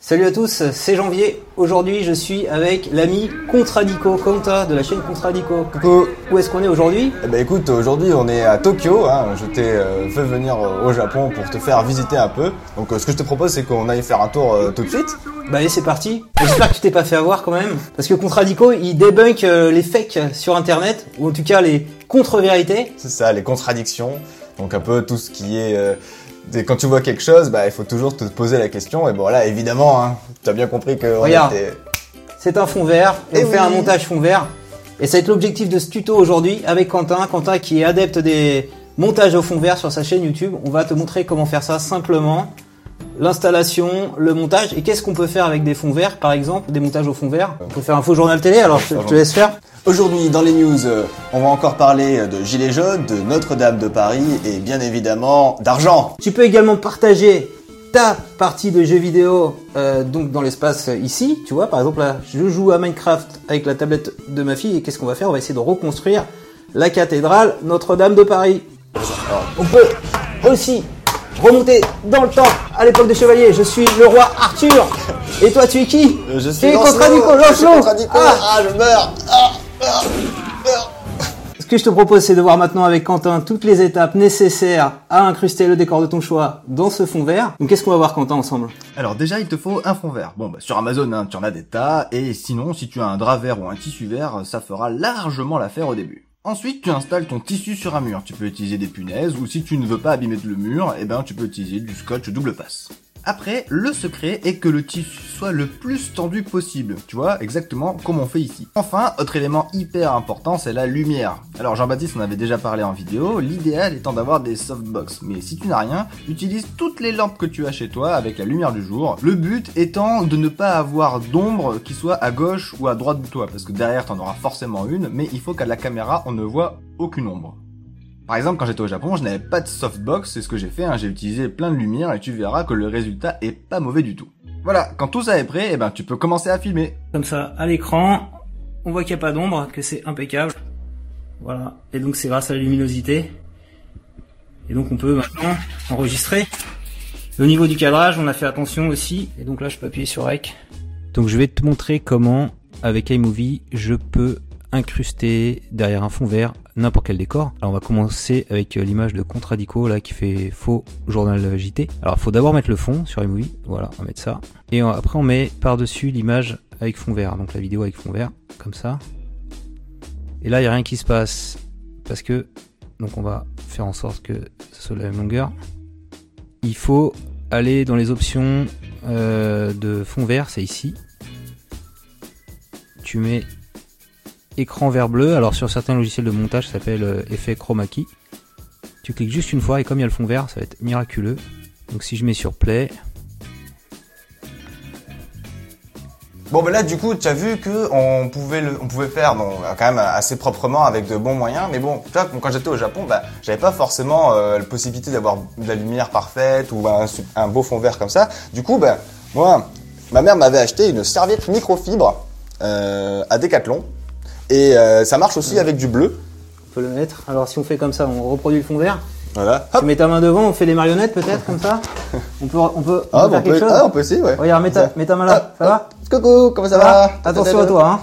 Salut à tous, c'est Janvier. Aujourd'hui, je suis avec l'ami Contradico, Kanta de la chaîne Contradico. Coucou. Où est-ce qu'on est aujourd'hui? Eh ben écoute, aujourd'hui on est à Tokyo. Je t'ai fait venir au Japon pour te faire visiter un peu. Donc ce que je te propose, c'est qu'on aille faire un tour tout de suite. Bah allez, c'est parti. J'espère que tu t'es pas fait avoir quand même, parce que Contradico, il débunk les fakes sur Internet, ou en tout cas les contre-vérités. C'est ça, les contradictions. Donc un peu tout ce qui est... quand tu vois quelque chose, il faut toujours te poser la question. Et bon là, évidemment, tu as bien compris que... Regarde, c'est un fond vert, et on fait un montage fond vert. Et ça va être l'objectif de ce tuto aujourd'hui avec Quentin. Quentin qui est adepte des montages au fond vert sur sa chaîne YouTube. On va te montrer comment faire ça simplement. L'installation, le montage. Et qu'est-ce qu'on peut faire avec des fonds verts, par exemple, des montages au fond vert? On peut faire un faux journal télé, alors je te laisse faire. Aujourd'hui, dans les news, on va encore parler de Gilets jaunes, de Notre-Dame de Paris et bien évidemment d'argent. Tu peux également partager ta partie de jeux vidéo donc dans l'espace ici. Tu vois, par exemple, là, je joue à Minecraft avec la tablette de ma fille et qu'est-ce qu'on va faire? On va essayer de reconstruire la cathédrale Notre-Dame de Paris. Alors, on peut aussi remonter dans le temps à l'époque des chevaliers. Je suis le roi Arthur. Et toi, tu es qui? Je suis Contradico. Je meurs. Ce que je te propose, c'est de voir maintenant avec Quentin toutes les étapes nécessaires à incruster le décor de ton choix dans ce fond vert. Donc qu'est-ce qu'on va voir, Quentin, ensemble? Alors déjà, il te faut un fond vert. Bon, sur Amazon, tu en as des tas, et sinon, si tu as un drap vert ou un tissu vert, ça fera largement l'affaire au début. Ensuite, tu installes ton tissu sur un mur. Tu peux utiliser des punaises, ou si tu ne veux pas abîmer le mur, tu peux utiliser du scotch double passe. Après, le secret est que le tissu soit le plus tendu possible, tu vois, exactement comme on fait ici. Enfin, autre élément hyper important, c'est la lumière. Alors Jean-Baptiste en avait déjà parlé en vidéo, l'idéal étant d'avoir des softbox, mais si tu n'as rien, utilise toutes les lampes que tu as chez toi avec la lumière du jour. Le but étant de ne pas avoir d'ombre qui soit à gauche ou à droite de toi, parce que derrière t'en auras forcément une, mais il faut qu'à la caméra on ne voit aucune ombre. Par exemple, quand j'étais au Japon, je n'avais pas de softbox, c'est ce que j'ai fait, j'ai utilisé plein de lumière et tu verras que le résultat est pas mauvais du tout. Voilà, quand tout ça est prêt, tu peux commencer à filmer. Comme ça, à l'écran, on voit qu'il n'y a pas d'ombre, que c'est impeccable. Voilà, et donc c'est grâce à la luminosité. Et donc on peut maintenant enregistrer. Au niveau du cadrage, on a fait attention aussi, et donc là je peux appuyer sur REC. Donc je vais te montrer comment, avec iMovie, je peux incruster derrière un fond vert n'importe quel décor. Alors on va commencer avec l'image de Contradico là qui fait faux journal JT. Alors il faut d'abord mettre le fond sur iMovie, voilà, on va mettre ça. Et après on met par-dessus l'image avec fond vert, donc la vidéo avec fond vert, comme ça. Et là il n'y a rien qui se passe, parce que, donc on va faire en sorte que ce soit la même longueur. Il faut aller dans les options de fond vert, c'est ici. Tu mets écran vert bleu, alors sur certains logiciels de montage ça s'appelle effet chroma key. Tu cliques juste une fois et comme il y a le fond vert, ça va être miraculeux. Donc si je mets sur play. Bon là du coup tu as vu que on pouvait faire quand même assez proprement avec de bons moyens, mais bon, tu vois, quand j'étais au Japon, j'avais pas forcément la possibilité d'avoir de la lumière parfaite ou un beau fond vert comme ça. Du coup moi, ma mère m'avait acheté une serviette microfibre à Decathlon. Et ça marche aussi avec du bleu. On peut le mettre. Alors si on fait comme ça, on reproduit le fond vert. Voilà. Tu mets ta main devant, on fait des marionnettes peut-être comme ça. On peut faire quelque chose. On peut aussi, ouais. Regarde, mets ta main là. Ça va? Coucou, comment ça va? Attention à toi,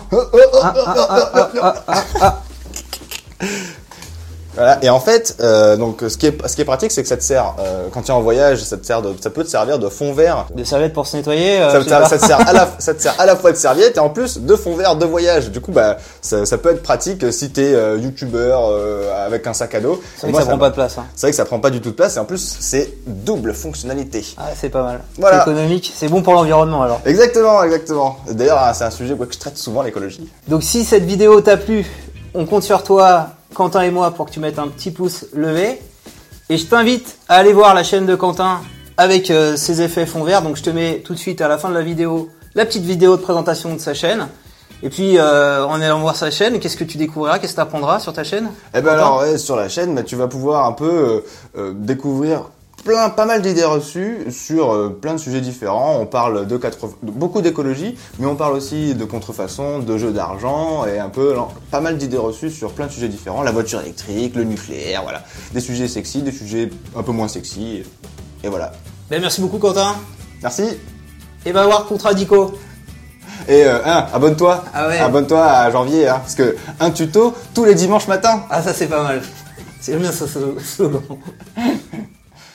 Voilà. Et en fait, donc ce qui est pratique, c'est que ça te sert quand tu es en voyage, ça peut te servir de fond vert. De serviette pour se nettoyer. Ça te sert à la fois de serviette et en plus de fond vert de voyage. Du coup, ça peut être pratique si t'es youtubeur avec un sac à dos. C'est vrai que ça prend pas de place. C'est vrai que ça prend pas du tout de place et en plus c'est double fonctionnalité. Ah, c'est pas mal. Voilà. C'est économique, c'est bon pour l'environnement alors. Exactement. D'ailleurs, c'est un sujet que je traite souvent, l'écologie. Donc si cette vidéo t'a plu, on compte sur toi, Quentin et moi, pour que tu mettes un petit pouce levé. Et je t'invite à aller voir la chaîne de Quentin avec ses effets fond vert. Donc je te mets tout de suite à la fin de la vidéo la petite vidéo de présentation de sa chaîne. Et puis en allant voir sa chaîne, qu'est-ce que tu découvriras, qu'est-ce que tu apprendras sur ta chaîne? Sur la chaîne, tu vas pouvoir un peu découvrir pas mal d'idées reçues sur plein de sujets différents. On parle beaucoup d'écologie, mais on parle aussi de contrefaçon, de jeux d'argent et pas mal d'idées reçues sur plein de sujets différents. La voiture électrique, le nucléaire, voilà. Des sujets sexy, des sujets un peu moins sexy. Et voilà. Merci beaucoup Quentin. Merci. Et va voir Contrat Dico. Et abonne-toi. Ah ouais. Abonne-toi à janvier, hein, parce que un tuto tous les dimanches matin. Ah ça c'est pas mal. C'est bien ce slogan.